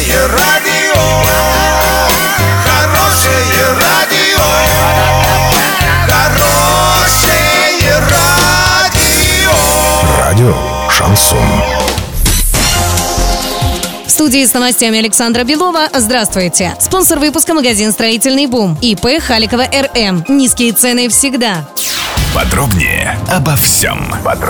Хорошее радио, хорошее радио, хорошее радио. Радио «Шансон». В студии с новостями Александра Белова. Здравствуйте. Спонсор выпуска — магазин «Строительный бум». ИП Халикова РМ. Низкие цены всегда. Подробнее обо всем.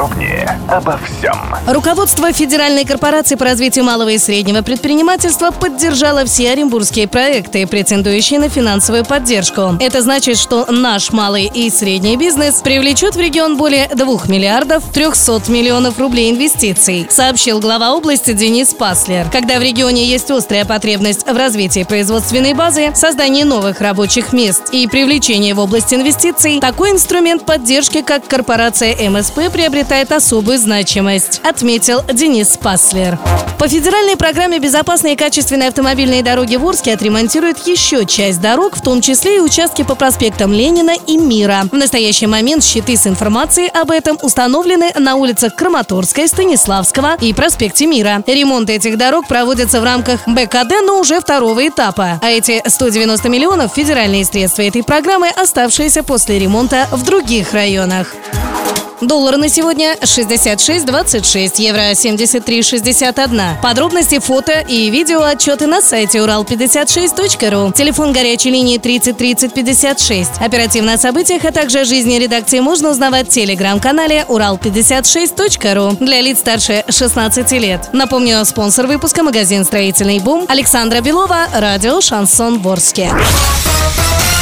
Руководство Федеральной корпорации по развитию малого и среднего предпринимательства поддержало все оренбургские проекты, претендующие на финансовую поддержку. Это значит, что наш малый и средний бизнес привлечет в регион более 2 миллиардов 300 миллионов рублей инвестиций, сообщил глава области Денис Паслер. Когда в регионе есть острая потребность в развитии производственной базы, создании новых рабочих мест и привлечении в область инвестиций, такой инструмент поддержки, как корпорация МСП, приобретает особую значимость, отметил Денис Паслер. По федеральной программе «Безопасные и качественные автомобильные дороги» в Орске отремонтируют еще часть дорог, в том числе и участки по проспектам Ленина и Мира. В настоящий момент щиты с информацией об этом установлены на улицах Краматорской, Станиславского и проспекте Мира. Ремонт этих дорог проводится в рамках БКД, но уже второго этапа. А эти 190 миллионов – федеральные средства этой программы, оставшиеся после ремонта в других районах. Доллар на сегодня 66.26, евро 73.61. Подробности, фото и видео отчеты на сайте урал56.ру. Телефон горячей линии 30 30 56. Оперативно о событиях, а также о жизни редакции можно узнавать в телеграм-канале урал56.ру для лиц старше 16 лет. Напомню, спонсор выпуска — магазин «Строительный бум». Александра Белова, радио «Шансон» в Орске.